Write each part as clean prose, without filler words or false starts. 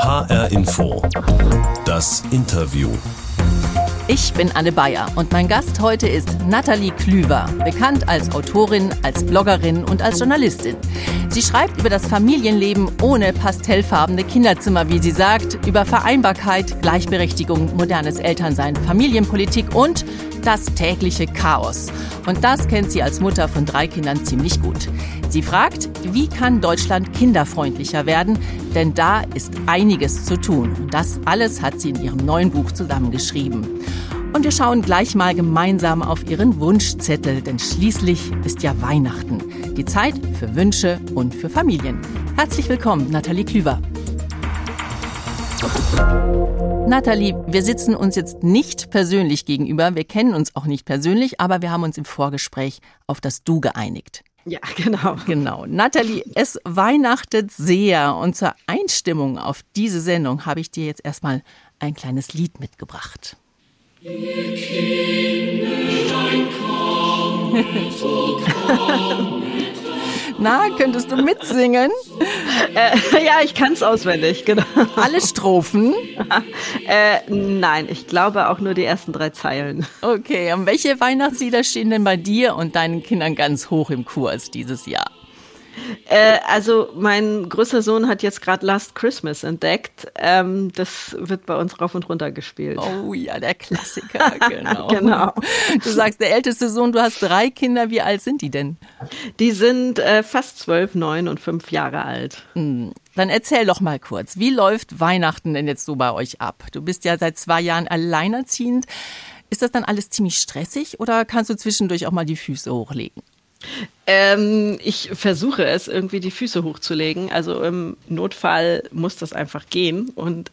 HR Info. Das Interview. Ich bin Anne Bayer und mein Gast heute ist Nathalie Klüver, bekannt als Autorin, als Bloggerin und als Journalistin. Sie schreibt über das Familienleben ohne pastellfarbene Kinderzimmer, wie sie sagt, über Vereinbarkeit, Gleichberechtigung, modernes Elternsein, Familienpolitik und das tägliche Chaos. Und das kennt sie als Mutter von 3 Kindern ziemlich gut. Sie fragt, wie kann Deutschland kinderfreundlicher werden? Denn da ist einiges zu tun. Und das alles hat sie in ihrem neuen Buch zusammengeschrieben. Und wir schauen gleich mal gemeinsam auf ihren Wunschzettel, denn schließlich ist ja Weihnachten. Die Zeit für Wünsche und für Familien. Herzlich willkommen, Nathalie Klüver. Nathalie, wir sitzen uns jetzt nicht persönlich gegenüber, wir kennen uns auch nicht persönlich, aber wir haben uns im Vorgespräch auf das Du geeinigt. Ja, genau. Genau. Nathalie, es weihnachtet sehr und zur Einstimmung auf diese Sendung habe ich dir jetzt erstmal ein kleines Lied mitgebracht. Ihr Kindlein kommet, so kommet. Na, könntest du mitsingen? Ja, ich kann es auswendig, genau. Alle Strophen? Nein, ich glaube auch nur die ersten 3 Zeilen. Okay, und welche Weihnachtslieder stehen denn bei dir und deinen Kindern ganz hoch im Kurs dieses Jahr? Also mein größter Sohn hat jetzt gerade Last Christmas entdeckt. Das wird bei uns rauf und runter gespielt. Oh ja, der Klassiker, genau. Genau. Du sagst, der älteste Sohn, du hast 3 Kinder. Wie alt sind die denn? Die sind fast 12, 9 und 5 Jahre alt. Dann erzähl doch mal kurz, wie läuft Weihnachten denn jetzt so bei euch ab? Du bist ja seit 2 Jahren alleinerziehend. Ist das dann alles ziemlich stressig oder kannst du zwischendurch auch mal die Füße hochlegen? Ich versuche es, irgendwie die Füße hochzulegen. Also im Notfall muss das einfach gehen. Und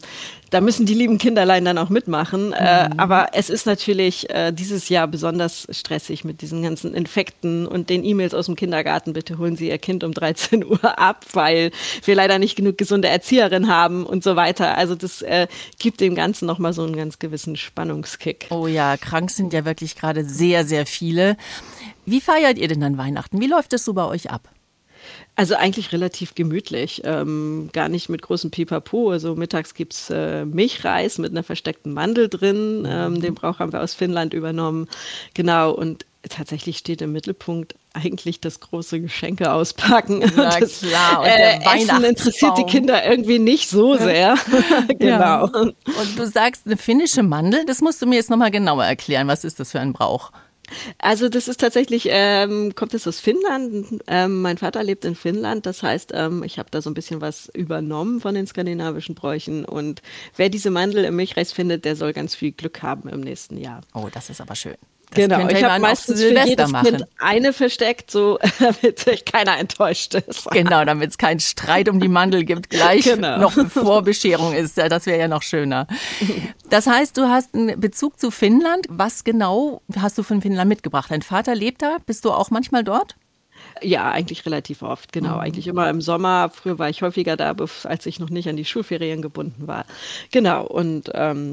da müssen die lieben Kinderlein dann auch mitmachen. Aber es ist natürlich dieses Jahr besonders stressig mit diesen ganzen Infekten und den E-Mails aus dem Kindergarten. Bitte holen Sie Ihr Kind um 13 Uhr ab, weil wir leider nicht genug gesunde Erzieherin haben und so weiter. Also das gibt dem Ganzen nochmal so einen ganz gewissen Spannungskick. Oh ja, krank sind ja wirklich gerade sehr, sehr viele. Wie feiert ihr denn dann Weihnachten? Wie läuft es so bei euch ab? Also eigentlich relativ gemütlich, gar nicht mit großem Pipapo. Also mittags gibt's Milchreis mit einer versteckten Mandel drin. Den Brauch haben wir aus Finnland übernommen. Genau, und tatsächlich steht im Mittelpunkt eigentlich das große Geschenke auspacken. Na das, klar, und der Essen interessiert die Kinder irgendwie nicht so sehr. Genau. Ja. Und du sagst, eine finnische Mandel, das musst du mir jetzt nochmal genauer erklären. Was ist das für ein Brauch? Also das ist tatsächlich, kommt es aus Finnland. Mein Vater lebt in Finnland, das heißt, ich habe da so ein bisschen was übernommen von den skandinavischen Bräuchen und wer diese Mandel im Milchreis findet, der soll ganz viel Glück haben im nächsten Jahr. Oh, das ist aber schön. Das genau, ich habe meistens für jedes Kind eine versteckt, so damit sich keiner enttäuscht ist. Genau, damit es keinen Streit um die Mandel gibt, gleich noch bevor Bescherung ist. Ja, das wäre ja noch schöner. Das heißt, du hast einen Bezug zu Finnland. Was genau hast du von Finnland mitgebracht? Dein Vater lebt da? Bist du auch manchmal dort? Ja, eigentlich relativ oft, genau. Eigentlich immer im Sommer. Früher war ich häufiger da, als ich noch nicht an die Schulferien gebunden war. Genau, und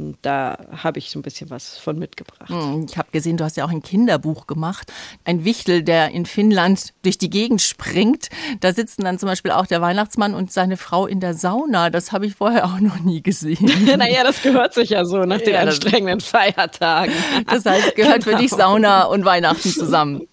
da habe ich so ein bisschen was von mitgebracht. Ich habe gesehen, du hast ja auch ein Kinderbuch gemacht. Ein Wichtel, der in Finnland durch die Gegend springt. Da sitzen dann zum Beispiel auch der Weihnachtsmann und seine Frau in der Sauna. Das habe ich vorher auch noch nie gesehen. Naja, das gehört sich ja so nach den anstrengenden Feiertagen. Das heißt, gehört für dich Sauna und Weihnachten zusammen?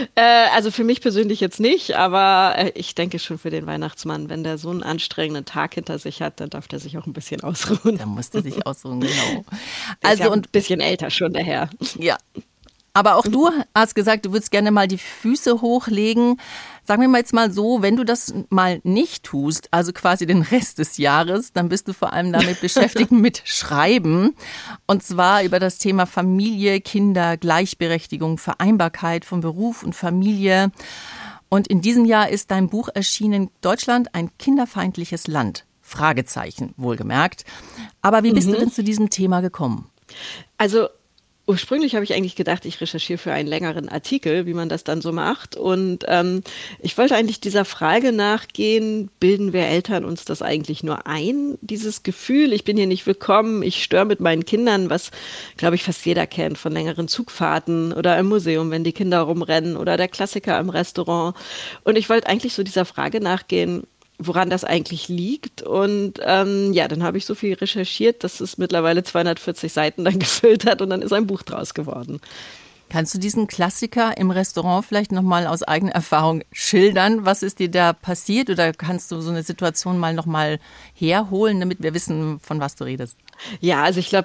Also für mich persönlich jetzt nicht, aber ich denke schon für den Weihnachtsmann, wenn der so einen anstrengenden Tag hinter sich hat, dann darf der sich auch ein bisschen ausruhen. Da muss der sich ausruhen, genau. Also ja ein bisschen älter schon, der Herr. Ja. Aber auch du hast gesagt, du würdest gerne mal die Füße hochlegen. Sagen wir mal jetzt mal so, wenn du das mal nicht tust, also quasi den Rest des Jahres, dann bist du vor allem damit beschäftigt mit Schreiben. Und zwar über das Thema Familie, Kinder, Gleichberechtigung, Vereinbarkeit von Beruf und Familie. Und in diesem Jahr ist dein Buch erschienen, Deutschland, ein kinderfeindliches Land. Fragezeichen, wohlgemerkt. Aber wie bist du denn zu diesem Thema gekommen? Also ursprünglich habe ich eigentlich gedacht, ich recherchiere für einen längeren Artikel, wie man das dann so macht. Und ich wollte eigentlich dieser Frage nachgehen, bilden wir Eltern uns das eigentlich nur ein, dieses Gefühl, ich bin hier nicht willkommen, ich störe mit meinen Kindern, was, glaube ich, fast jeder kennt von längeren Zugfahrten oder im Museum, wenn die Kinder rumrennen oder der Klassiker im Restaurant. Und ich wollte eigentlich so dieser Frage nachgehen, woran das eigentlich liegt. Und dann habe ich so viel recherchiert, dass es mittlerweile 240 Seiten dann gefüllt hat und dann ist ein Buch draus geworden. Kannst du diesen Klassiker im Restaurant vielleicht nochmal aus eigener Erfahrung schildern? Was ist dir da passiert? Oder kannst du so eine Situation mal nochmal herholen, damit wir wissen, von was du redest? Ja, also ich glaube,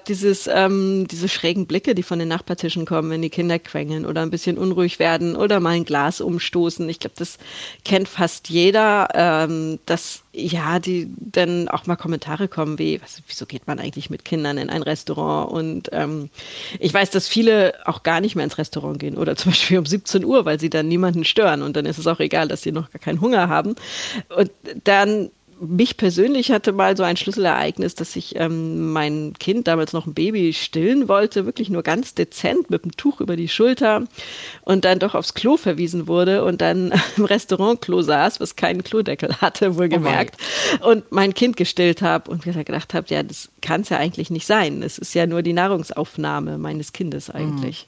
diese schrägen Blicke, die von den Nachbartischen kommen, wenn die Kinder quengeln oder ein bisschen unruhig werden oder mal ein Glas umstoßen. Ich glaube, das kennt fast jeder, dass die dann auch mal Kommentare kommen wie, wieso geht man eigentlich mit Kindern in ein Restaurant? Und ich weiß, dass viele auch gar nicht mehr ins Restaurant gehen oder zum Beispiel um 17 Uhr, weil sie dann niemanden stören und dann ist es auch egal, dass sie noch gar keinen Hunger haben. Und dann mich persönlich hatte mal so ein Schlüsselereignis, dass ich mein Kind, damals noch ein Baby, stillen wollte, wirklich nur ganz dezent mit dem Tuch über die Schulter und dann doch aufs Klo verwiesen wurde und dann im Restaurantklo saß, was keinen Klodeckel hatte, wohlgemerkt, und mein Kind gestillt habe und mir gedacht habe, ja, das kann es ja eigentlich nicht sein. Es ist ja nur die Nahrungsaufnahme meines Kindes eigentlich.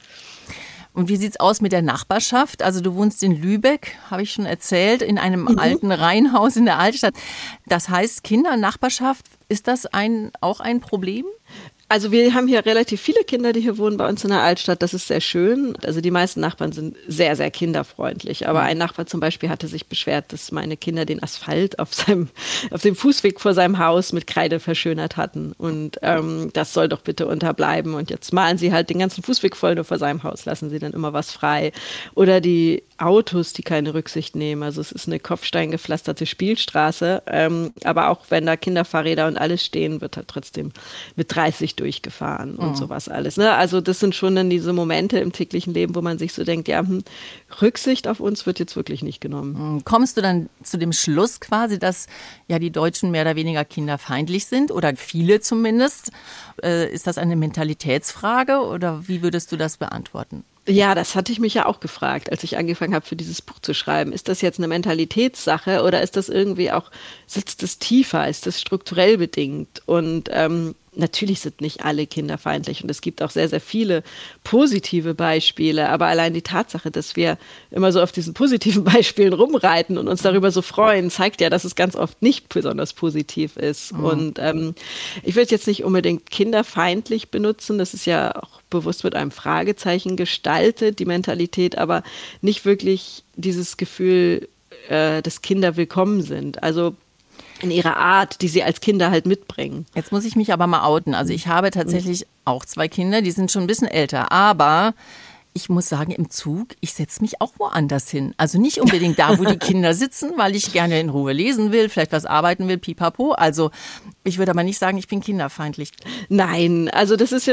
Und wie sieht's aus mit der Nachbarschaft? Also du wohnst in Lübeck, habe ich schon erzählt, in einem alten Reihenhaus in der Altstadt. Das heißt, Kindernachbarschaft, ist das auch ein Problem? Also wir haben hier relativ viele Kinder, die hier wohnen bei uns in der Altstadt. Das ist sehr schön. Also die meisten Nachbarn sind sehr, sehr kinderfreundlich. Aber ein Nachbar zum Beispiel hatte sich beschwert, dass meine Kinder den Asphalt auf dem Fußweg vor seinem Haus mit Kreide verschönert hatten. Und das soll doch bitte unterbleiben. Und jetzt malen sie halt den ganzen Fußweg voll, nur vor seinem Haus lassen sie dann immer was frei. Oder die Autos, die keine Rücksicht nehmen. Also es ist eine kopfsteingepflasterte Spielstraße. Aber auch wenn da Kinderfahrräder und alles stehen, wird halt trotzdem mit 30 durchgefahren und sowas alles. Ne? Also das sind schon dann diese Momente im täglichen Leben, wo man sich so denkt, ja, Rücksicht auf uns wird jetzt wirklich nicht genommen. Kommst du dann zu dem Schluss quasi, dass ja die Deutschen mehr oder weniger kinderfeindlich sind oder viele zumindest? Ist das eine Mentalitätsfrage oder wie würdest du das beantworten? Ja, das hatte ich mich ja auch gefragt, als ich angefangen habe, für dieses Buch zu schreiben. Ist das jetzt eine Mentalitätssache oder ist das irgendwie auch, sitzt es tiefer, ist das strukturell bedingt? Und natürlich sind nicht alle kinderfeindlich und es gibt auch sehr, sehr viele positive Beispiele, aber allein die Tatsache, dass wir immer so auf diesen positiven Beispielen rumreiten und uns darüber so freuen, zeigt ja, dass es ganz oft nicht besonders positiv ist. Und ich will es jetzt nicht unbedingt kinderfeindlich benutzen, das ist ja auch bewusst mit einem Fragezeichen gestaltet, die Mentalität, aber nicht wirklich dieses Gefühl, dass Kinder willkommen sind. Also in ihrer Art, die sie als Kinder halt mitbringen. Jetzt muss ich mich aber mal outen. Also ich habe tatsächlich auch 2 Kinder, die sind schon ein bisschen älter, aber ich muss sagen, im Zug, ich setze mich auch woanders hin. Also nicht unbedingt da, wo die Kinder sitzen, weil ich gerne in Ruhe lesen will, vielleicht was arbeiten will, pipapo. Also ich würde aber nicht sagen, ich bin kinderfeindlich. Nein, also das ist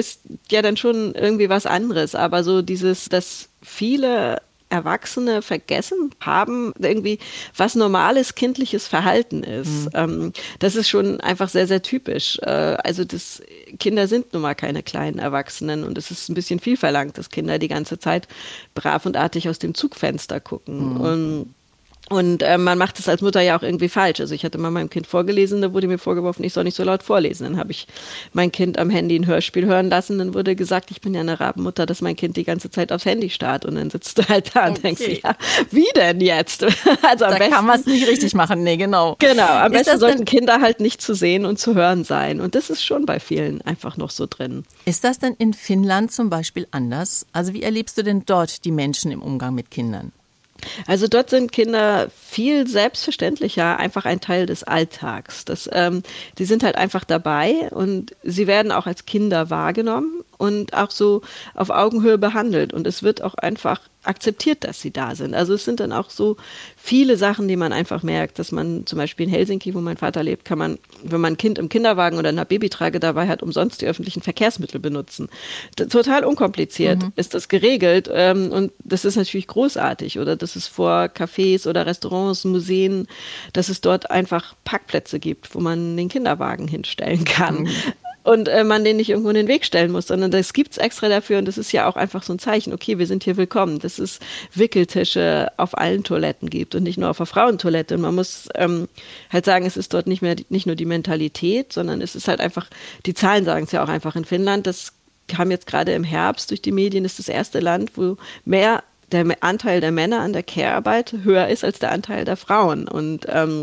ja dann schon irgendwie was anderes. Aber so dass viele Erwachsene vergessen haben, irgendwie, was normales kindliches Verhalten ist. Das ist schon einfach sehr, sehr typisch. Also Kinder sind nun mal keine kleinen Erwachsenen und es ist ein bisschen viel verlangt, dass Kinder die ganze Zeit brav und artig aus dem Zugfenster gucken. Und man macht es als Mutter ja auch irgendwie falsch. Also ich hatte mal meinem Kind vorgelesen, da wurde mir vorgeworfen, ich soll nicht so laut vorlesen. Dann habe ich mein Kind am Handy ein Hörspiel hören lassen. Dann wurde gesagt, ich bin ja eine Rabenmutter, dass mein Kind die ganze Zeit aufs Handy starrt. Und dann sitzt du halt da und denkst, ja, wie denn jetzt? Also da kann man es nicht richtig machen, nee, genau. Genau, am besten sollten Kinder halt nicht zu sehen und zu hören sein. Und das ist schon bei vielen einfach noch so drin. Ist das denn in Finnland zum Beispiel anders? Also wie erlebst du denn dort die Menschen im Umgang mit Kindern? Also dort sind Kinder viel selbstverständlicher einfach ein Teil des Alltags. Die sind halt einfach dabei und sie werden auch als Kinder wahrgenommen und auch so auf Augenhöhe behandelt. Und es wird auch einfach akzeptiert, dass sie da sind. Also es sind dann auch so viele Sachen, die man einfach merkt, dass man zum Beispiel in Helsinki, wo mein Vater lebt, kann man, wenn man ein Kind im Kinderwagen oder in einer Babytrage dabei hat, umsonst die öffentlichen Verkehrsmittel benutzen. Total unkompliziert ist das geregelt und das ist natürlich großartig. Oder dass es vor Cafés oder Restaurants, Museen, dass es dort einfach Parkplätze gibt, wo man den Kinderwagen hinstellen kann. Und man den nicht irgendwo in den Weg stellen muss, sondern das gibt's extra dafür und das ist ja auch einfach so ein Zeichen, okay, wir sind hier willkommen, dass es Wickeltische auf allen Toiletten gibt und nicht nur auf der Frauentoilette. Und man muss halt sagen, es ist dort nicht nur die Mentalität, sondern es ist halt einfach, die Zahlen sagen es ja auch einfach in Finnland, das kam jetzt gerade im Herbst durch die Medien, ist das erste Land, wo der Anteil der Männer an der Care-Arbeit höher ist als der Anteil der Frauen und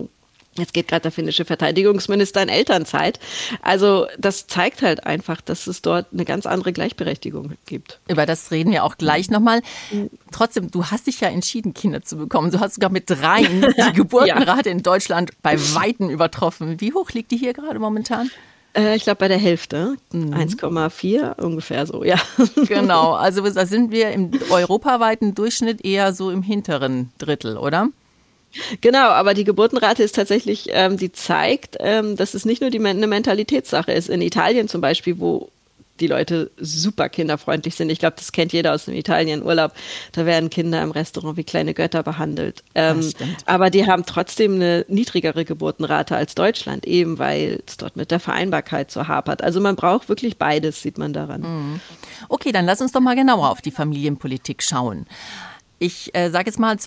Jetzt geht gerade der finnische Verteidigungsminister in Elternzeit. Also das zeigt halt einfach, dass es dort eine ganz andere Gleichberechtigung gibt. Über das reden wir auch gleich nochmal. Trotzdem, du hast dich ja entschieden, Kinder zu bekommen. Du hast sogar mit 3 die Geburtenrate in Deutschland bei Weitem übertroffen. Wie hoch liegt die hier gerade momentan? Ich glaube bei der Hälfte, 1,4 ungefähr so, ja. Genau, also da sind wir im europaweiten Durchschnitt eher so im hinteren Drittel, oder? Genau, aber die Geburtenrate ist tatsächlich, die zeigt, dass es nicht nur eine Mentalitätssache ist. In Italien zum Beispiel, wo die Leute super kinderfreundlich sind. Ich glaube, das kennt jeder aus dem Italien-Urlaub. Da werden Kinder im Restaurant wie kleine Götter behandelt. Aber die haben trotzdem eine niedrigere Geburtenrate als Deutschland, eben weil es dort mit der Vereinbarkeit so hapert. Also man braucht wirklich beides, sieht man daran. Okay, dann lass uns doch mal genauer auf die Familienpolitik schauen. Ich sage jetzt mal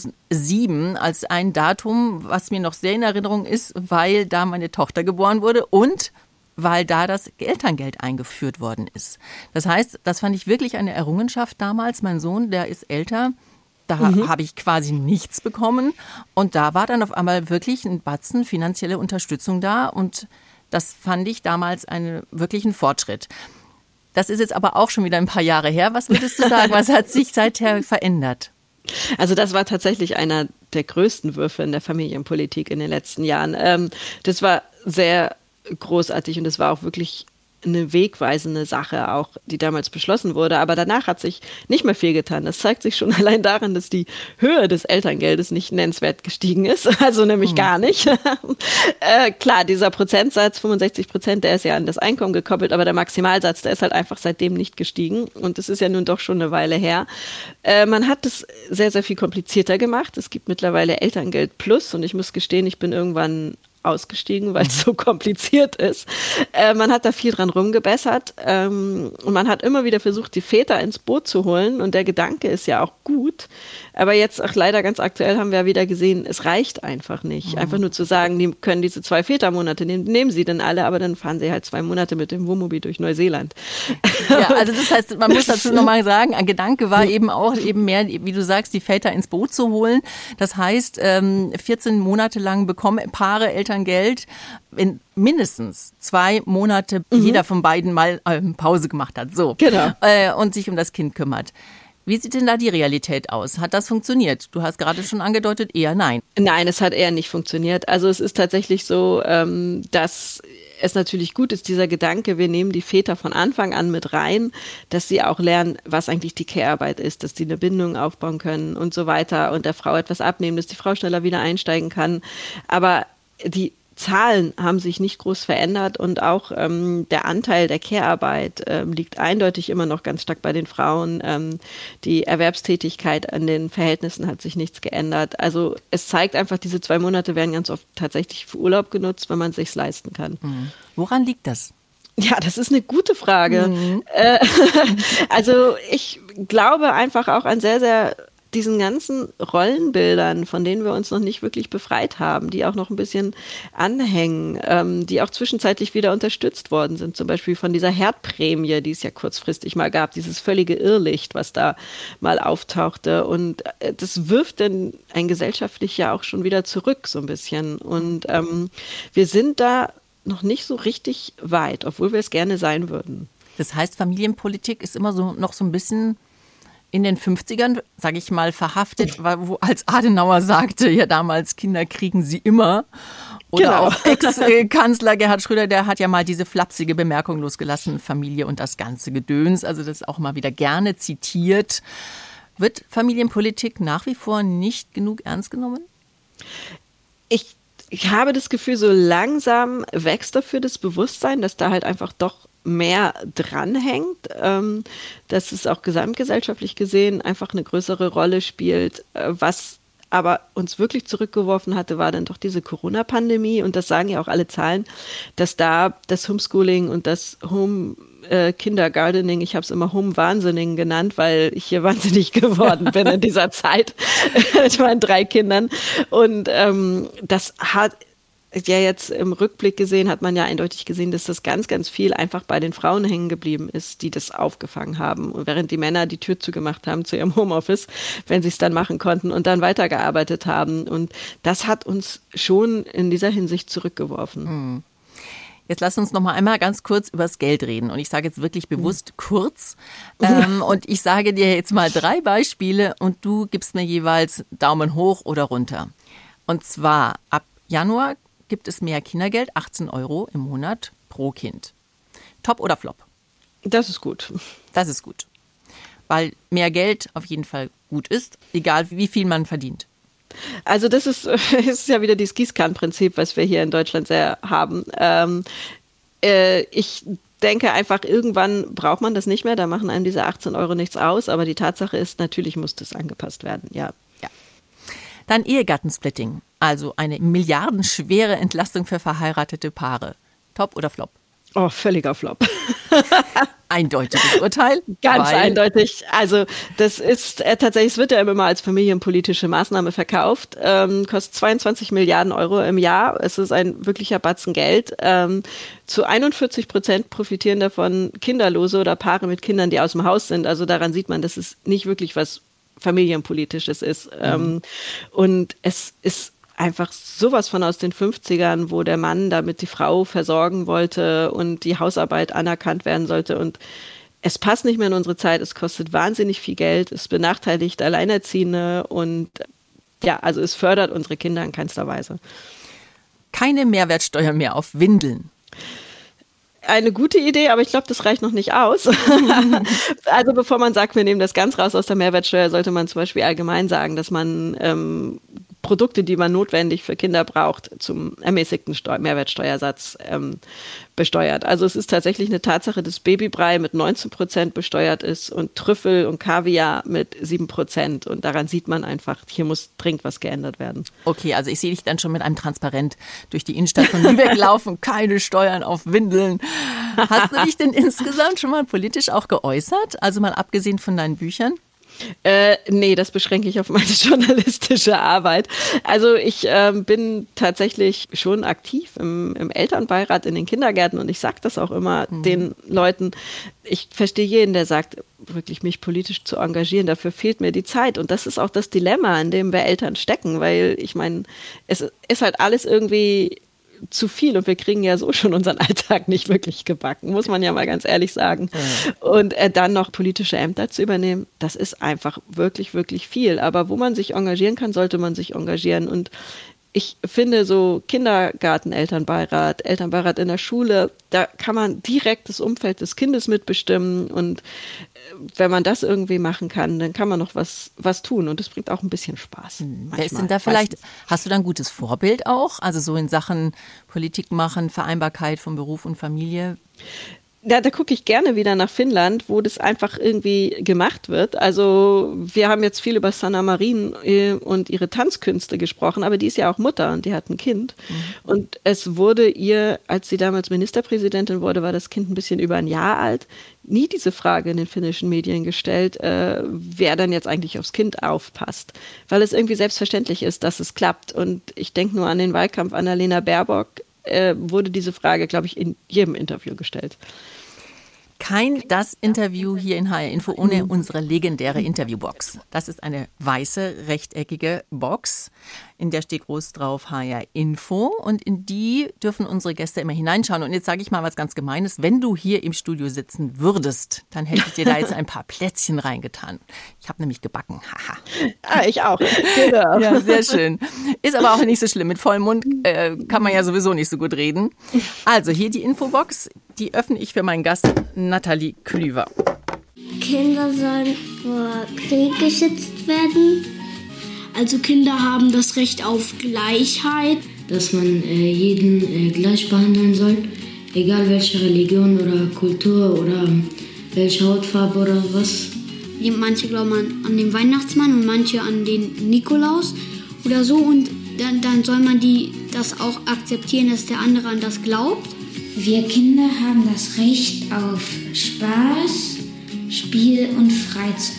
2007 als ein Datum, was mir noch sehr in Erinnerung ist, weil da meine Tochter geboren wurde und weil da das Elterngeld eingeführt worden ist. Das heißt, das fand ich wirklich eine Errungenschaft damals. Mein Sohn, der ist älter, da habe ich quasi nichts bekommen. Und da war dann auf einmal wirklich ein Batzen finanzielle Unterstützung da. Und das fand ich damals wirklich einen Fortschritt. Das ist jetzt aber auch schon wieder ein paar Jahre her. Was würdest du sagen, was hat sich seither verändert? Also das war tatsächlich einer der größten Würfe in der Familienpolitik in den letzten Jahren. Das war sehr großartig und es war auch wirklich eine wegweisende Sache, auch die damals beschlossen wurde. Aber danach hat sich nicht mehr viel getan. Das zeigt sich schon allein daran, dass die Höhe des Elterngeldes nicht nennenswert gestiegen ist. Also nämlich gar nicht. Klar, dieser Prozentsatz, 65%, der ist ja an das Einkommen gekoppelt, aber der Maximalsatz, der ist halt einfach seitdem nicht gestiegen. Und das ist ja nun doch schon eine Weile her. Man hat das sehr, sehr viel komplizierter gemacht. Es gibt mittlerweile Elterngeld Plus und ich muss gestehen, ich bin irgendwann ausgestiegen, weil es so kompliziert ist. Man hat da viel dran rumgebessert und man hat immer wieder versucht, die Väter ins Boot zu holen und der Gedanke ist ja auch gut, aber jetzt auch leider ganz aktuell haben wir ja wieder gesehen, es reicht einfach nicht. Einfach nur zu sagen, die können diese 2 Vätermonate nehmen, nehmen sie denn alle, aber dann fahren sie halt 2 Monate mit dem Wohnmobil durch Neuseeland. Ja, also das heißt, man muss dazu nochmal sagen, ein Gedanke war eben auch mehr, wie du sagst, die Väter ins Boot zu holen. Das heißt, 14 Monate lang bekommen Paare Elterngeld, wenn mindestens 2 Monate jeder von beiden mal Pause gemacht hat, so. Genau. Und sich um das Kind kümmert. Wie sieht denn da die Realität aus? Hat das funktioniert? Du hast gerade schon angedeutet, eher nein. Nein, es hat eher nicht funktioniert. Also es ist tatsächlich so, dass es natürlich gut ist, dieser Gedanke, wir nehmen die Väter von Anfang an mit rein, dass sie auch lernen, was eigentlich die Care-Arbeit ist, dass sie eine Bindung aufbauen können und so weiter und der Frau etwas abnehmen, dass die Frau schneller wieder einsteigen kann. Aber die Zahlen haben sich nicht groß verändert und auch der Anteil der Care-Arbeit liegt eindeutig immer noch ganz stark bei den Frauen. Die Erwerbstätigkeit an den Verhältnissen hat sich nichts geändert. Also es zeigt einfach, diese 2 Monate werden ganz oft tatsächlich für Urlaub genutzt, wenn man es sich leisten kann. Woran liegt das? Ja, das ist eine gute Frage. Also ich glaube einfach auch an sehr, sehr diesen ganzen Rollenbildern, von denen wir uns noch nicht wirklich befreit haben, die auch noch ein bisschen anhängen, die auch zwischenzeitlich wieder unterstützt worden sind, zum Beispiel von dieser Herdprämie, die es ja kurzfristig mal gab, dieses völlige Irrlicht, was da mal auftauchte und das wirft dann ein gesellschaftlich ja auch schon wieder zurück so ein bisschen und wir sind da noch nicht so richtig weit, obwohl wir es gerne sein würden. Das heißt, Familienpolitik ist immer so noch so ein bisschen in den 50ern, sage ich mal, verhaftet, wo als Adenauer sagte, ja damals, Kinder kriegen sie immer. Oder auch Ex-Kanzler Gerhard Schröder, der hat ja mal diese flapsige Bemerkung losgelassen, Familie und das ganze Gedöns. Also das ist auch mal wieder gerne zitiert. Wird Familienpolitik nach wie vor nicht genug ernst genommen? Ich habe das Gefühl, so langsam wächst dafür das Bewusstsein, dass da halt einfach doch mehr dranhängt, dass es auch gesamtgesellschaftlich gesehen einfach eine größere Rolle spielt. Was aber uns wirklich zurückgeworfen hatte, war dann doch diese Corona-Pandemie und das sagen ja auch alle Zahlen, dass da das Homeschooling und das Kindergartening, ich habe es immer Home-Wahnsinnigen genannt, weil ich hier wahnsinnig geworden bin in dieser Zeit mit meinen 3 Kindern und das hat ja jetzt im Rückblick gesehen, hat man ja eindeutig gesehen, dass das ganz, ganz viel einfach bei den Frauen hängen geblieben ist, die das aufgefangen haben. Und während die Männer die Tür zugemacht haben zu ihrem Homeoffice, wenn sie es dann machen konnten und dann weitergearbeitet haben. Und das hat uns schon in dieser Hinsicht zurückgeworfen. Jetzt lass uns noch mal einmal ganz kurz über das Geld reden. Und ich sage jetzt wirklich bewusst kurz. Und ich sage dir jetzt mal 3 Beispiele und du gibst mir jeweils Daumen hoch oder runter. Und zwar ab Januar gibt es mehr Kindergeld, 18 € im Monat pro Kind. Top oder Flop? Das ist gut. Das ist gut. Weil mehr Geld auf jeden Fall gut ist, egal wie viel man verdient. Also das ist ja wieder dieses Gießkannenprinzip, was wir hier in Deutschland sehr haben. Ich denke einfach, irgendwann braucht man das nicht mehr, da machen einem diese 18 € nichts aus, aber die Tatsache ist, natürlich muss das angepasst werden, ja. Dann Ehegattensplitting, also eine milliardenschwere Entlastung für verheiratete Paare. Top oder Flop? Oh, völliger Flop. Eindeutiges Urteil? Ganz eindeutig. Also das ist tatsächlich, es wird ja immer mal als familienpolitische Maßnahme verkauft, kostet 22 Milliarden € im Jahr. Es ist ein wirklicher Batzen Geld. Zu 41% profitieren davon Kinderlose oder Paare mit Kindern, die aus dem Haus sind. Also daran sieht man, dass es nicht wirklich was Familienpolitisches ist. Und es ist einfach sowas von aus den 50ern, wo der Mann damit die Frau versorgen wollte und die Hausarbeit anerkannt werden sollte. Und es passt nicht mehr in unsere Zeit. Es kostet wahnsinnig viel Geld. Es benachteiligt Alleinerziehende und ja, also es fördert unsere Kinder in keinster Weise. Keine Mehrwertsteuer mehr auf Windeln. Eine gute Idee, aber ich glaube, das reicht noch nicht aus. Also bevor man sagt, wir nehmen das ganz raus aus der Mehrwertsteuer, sollte man zum Beispiel allgemein sagen, dass man Produkte, die man notwendig für Kinder braucht, zum ermäßigten Mehrwertsteuersatz besteuert. Also es ist tatsächlich eine Tatsache, dass Babybrei mit 19% besteuert ist und Trüffel und Kaviar mit 7%. Und daran sieht man einfach, hier muss dringend was geändert werden. Okay, also ich sehe dich dann schon mit einem Transparent durch die Innenstadt von Lübeck laufen, keine Steuern auf Windeln. Hast du dich denn insgesamt schon mal politisch auch geäußert? Also mal abgesehen von deinen Büchern? Nee, das beschränke ich auf meine journalistische Arbeit. Also ich bin tatsächlich schon aktiv im Elternbeirat in den Kindergärten und ich sage das auch immer den Leuten. Ich verstehe jeden, der sagt, wirklich mich politisch zu engagieren, dafür fehlt mir die Zeit. Und das ist auch das Dilemma, in dem wir Eltern stecken, weil ich meine, es ist halt alles irgendwie zu viel und wir kriegen ja so schon unseren Alltag nicht wirklich gebacken, muss man ja mal ganz ehrlich sagen. Und dann noch politische Ämter zu übernehmen, das ist einfach wirklich, wirklich viel. Aber wo man sich engagieren kann, sollte man sich engagieren. Und ich finde so Kindergarten, Elternbeirat in der Schule, da kann man direkt das Umfeld des Kindes mitbestimmen und wenn man das irgendwie machen kann, dann kann man noch was tun und das bringt auch ein bisschen Spaß. Wer ist denn da vielleicht, hast du da ein gutes Vorbild auch, also so in Sachen Politik machen, Vereinbarkeit von Beruf und Familie? Ja, da gucke ich gerne wieder nach Finnland, wo das einfach irgendwie gemacht wird. Also wir haben jetzt viel über Sanna Marin und ihre Tanzkünste gesprochen, aber die ist ja auch Mutter und die hat ein Kind. Und es wurde ihr, als sie damals Ministerpräsidentin wurde, war das Kind ein bisschen über ein Jahr alt, nie diese Frage in den finnischen Medien gestellt, wer dann jetzt eigentlich aufs Kind aufpasst. Weil es irgendwie selbstverständlich ist, dass es klappt. Und ich denke nur an den Wahlkampf Annalena Baerbock, wurde diese Frage, glaube ich, in jedem Interview gestellt. Kein das Interview hier in HR Info ohne unsere legendäre Interviewbox. Das ist eine weiße, rechteckige Box, in der steht groß drauf HR Info und in die dürfen unsere Gäste immer hineinschauen. Und jetzt sage ich mal was ganz Gemeines. Wenn du hier im Studio sitzen würdest, dann hätte ich dir da jetzt ein paar Plätzchen reingetan. Ich habe nämlich gebacken. Haha. Ah, ich auch. Genau. Ja, sehr schön. Ist aber auch nicht so schlimm. Mit vollem Mund kann man ja sowieso nicht so gut reden. Also hier die Infobox, die öffne ich für meinen Gast Nathalie Klüver. Kinder sollen vor Krieg geschützt werden. Also Kinder haben das Recht auf Gleichheit. Dass man jeden gleich behandeln soll, egal welche Religion oder Kultur oder welche Hautfarbe oder was. Manche glauben an den Weihnachtsmann und manche an den Nikolaus oder so. Und dann soll man das auch akzeptieren, dass der andere an das glaubt. Wir Kinder haben das Recht auf Spaß, Spiel und Freizeit.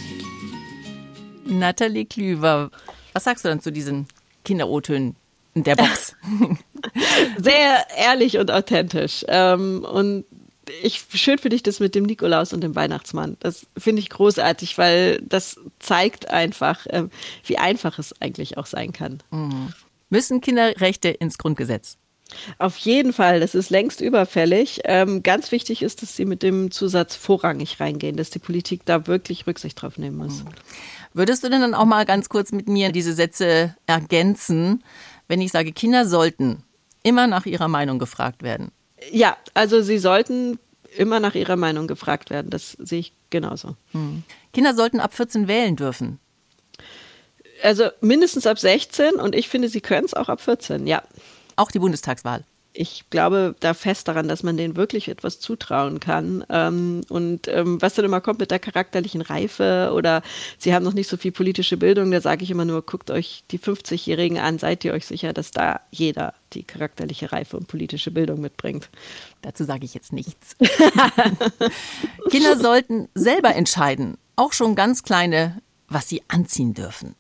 Nathalie Klüver, was sagst du dann zu diesen Kinder-O-Tönen in der Box? Sehr ehrlich und authentisch. Und schön finde ich das mit dem Nikolaus und dem Weihnachtsmann. Das finde ich großartig, weil das zeigt einfach, wie einfach es eigentlich auch sein kann. Müssen Kinderrechte ins Grundgesetz? Auf jeden Fall, das ist längst überfällig. Ganz wichtig ist, dass sie mit dem Zusatz vorrangig reingehen, dass die Politik da wirklich Rücksicht drauf nehmen muss. Würdest du denn dann auch mal ganz kurz mit mir diese Sätze ergänzen, wenn ich sage, Kinder sollten immer nach ihrer Meinung gefragt werden? Ja, also sie sollten immer nach ihrer Meinung gefragt werden. Das sehe ich genauso. Kinder sollten ab 14 wählen dürfen. Also mindestens ab 16 und ich finde, sie können es auch ab 14, ja. Auch die Bundestagswahl. Ich glaube da fest daran, dass man denen wirklich etwas zutrauen kann. Was dann immer kommt mit der charakterlichen Reife oder sie haben noch nicht so viel politische Bildung, da sage ich immer nur, guckt euch die 50-Jährigen an, seid ihr euch sicher, dass da jeder die charakterliche Reife und politische Bildung mitbringt. Dazu sage ich jetzt nichts. Kinder sollten selber entscheiden, auch schon ganz kleine, was sie anziehen dürfen.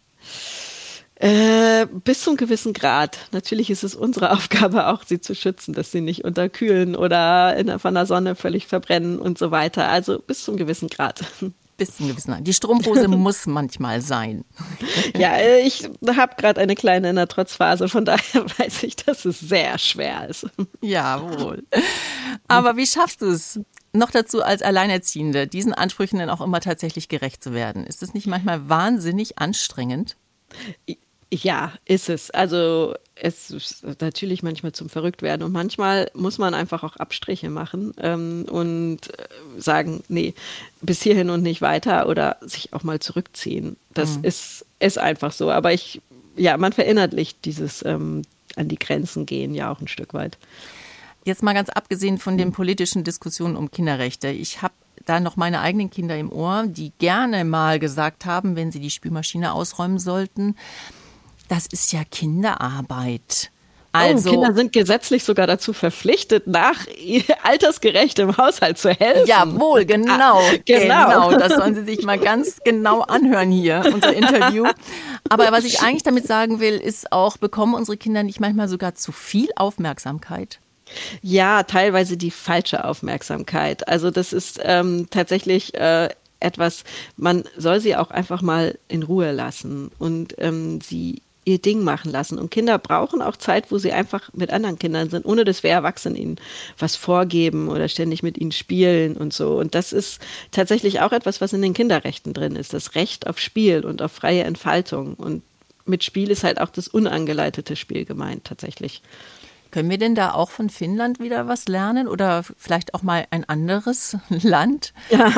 Bis zu einem gewissen Grad. Natürlich ist es unsere Aufgabe auch, sie zu schützen, dass sie nicht unterkühlen oder von der Sonne völlig verbrennen und so weiter. Also bis zu einem gewissen Grad. Bis zu einem gewissen Grad. Die Strumpfhose muss manchmal sein. Ja, ich habe gerade eine kleine in der Trotzphase, von daher weiß ich, dass es sehr schwer ist. Jawohl. Aber wie schaffst du es, noch dazu als Alleinerziehende, diesen Ansprüchen dann auch immer tatsächlich gerecht zu werden? Ist es nicht manchmal wahnsinnig anstrengend? Ja, ist es. Also es ist natürlich manchmal zum Verrücktwerden und manchmal muss man einfach auch Abstriche machen und sagen, nee, bis hierhin und nicht weiter oder sich auch mal zurückziehen. Das ist einfach so. Aber man verinnerlicht dieses an die Grenzen gehen ja auch ein Stück weit. Jetzt mal ganz abgesehen von den politischen Diskussionen um Kinderrechte. Ich habe da noch meine eigenen Kinder im Ohr, die gerne mal gesagt haben, wenn sie die Spülmaschine ausräumen sollten, das ist ja Kinderarbeit. Also, Kinder sind gesetzlich sogar dazu verpflichtet, nach altersgerecht im Haushalt zu helfen. Jawohl, genau. Das sollen Sie sich mal ganz genau anhören hier, unser Interview. Aber was ich eigentlich damit sagen will, ist auch, bekommen unsere Kinder nicht manchmal sogar zu viel Aufmerksamkeit? Ja, teilweise die falsche Aufmerksamkeit. Also das ist tatsächlich etwas, man soll sie auch einfach mal in Ruhe lassen und sie ihr Ding machen lassen. Und Kinder brauchen auch Zeit, wo sie einfach mit anderen Kindern sind, ohne dass wir Erwachsenen ihnen was vorgeben oder ständig mit ihnen spielen und so. Und das ist tatsächlich auch etwas, was in den Kinderrechten drin ist, das Recht auf Spiel und auf freie Entfaltung. Und mit Spiel ist halt auch das unangeleitete Spiel gemeint tatsächlich. Können wir denn da auch von Finnland wieder was lernen oder vielleicht auch mal ein anderes Land?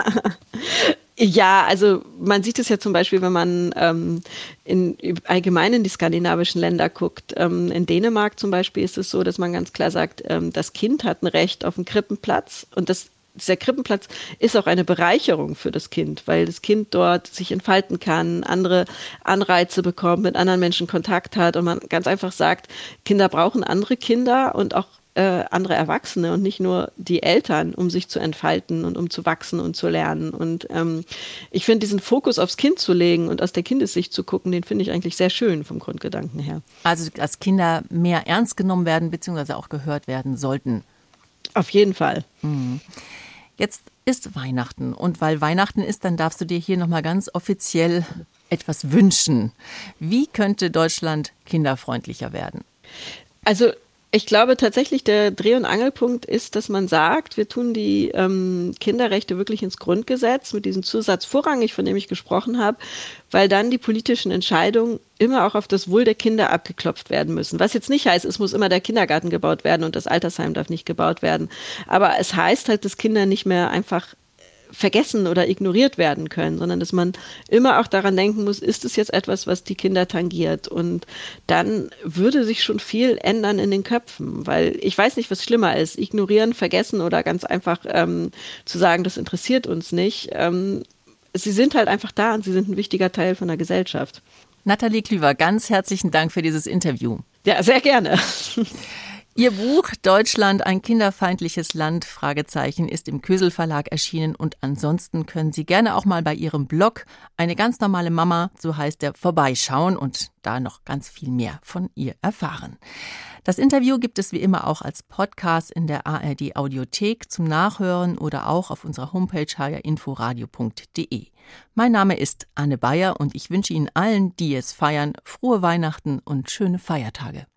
Ja, also man sieht es ja zum Beispiel, wenn man allgemein in die skandinavischen Länder guckt. In Dänemark zum Beispiel ist es so, dass man ganz klar sagt, das Kind hat ein Recht auf einen Krippenplatz und dieser Krippenplatz ist auch eine Bereicherung für das Kind, weil das Kind dort sich entfalten kann, andere Anreize bekommt, mit anderen Menschen Kontakt hat und man ganz einfach sagt, Kinder brauchen andere Kinder und auch andere Erwachsene und nicht nur die Eltern, um sich zu entfalten und um zu wachsen und zu lernen. Und ich finde, diesen Fokus aufs Kind zu legen und aus der Kindessicht zu gucken, den finde ich eigentlich sehr schön vom Grundgedanken her. Also, dass Kinder mehr ernst genommen werden, beziehungsweise auch gehört werden sollten. Auf jeden Fall. Jetzt ist Weihnachten und weil Weihnachten ist, dann darfst du dir hier nochmal ganz offiziell etwas wünschen. Wie könnte Deutschland kinderfreundlicher werden? Also ich glaube tatsächlich, der Dreh- und Angelpunkt ist, dass man sagt, wir tun die Kinderrechte wirklich ins Grundgesetz mit diesem Zusatz vorrangig, von dem ich gesprochen habe, weil dann die politischen Entscheidungen immer auch auf das Wohl der Kinder abgeklopft werden müssen. Was jetzt nicht heißt, es muss immer der Kindergarten gebaut werden und das Altersheim darf nicht gebaut werden. Aber es heißt halt, dass Kinder nicht mehr einfach vergessen oder ignoriert werden können, sondern dass man immer auch daran denken muss, ist es jetzt etwas, was die Kinder tangiert? Und dann würde sich schon viel ändern in den Köpfen, weil ich weiß nicht, was schlimmer ist, ignorieren, vergessen oder ganz einfach zu sagen, das interessiert uns nicht. Sie sind halt einfach da und sie sind ein wichtiger Teil von der Gesellschaft. Nathalie Klüver, ganz herzlichen Dank für dieses Interview. Ja, sehr gerne. Ihr Buch »Deutschland, ein kinderfeindliches Land?« ist im Kösel Verlag erschienen und ansonsten können Sie gerne auch mal bei Ihrem Blog »Eine ganz normale Mama«, so heißt der, vorbeischauen und da noch ganz viel mehr von ihr erfahren. Das Interview gibt es wie immer auch als Podcast in der ARD Audiothek zum Nachhören oder auch auf unserer Homepage hrinforadio.de. Mein Name ist Anne Bayer und ich wünsche Ihnen allen, die es feiern, frohe Weihnachten und schöne Feiertage.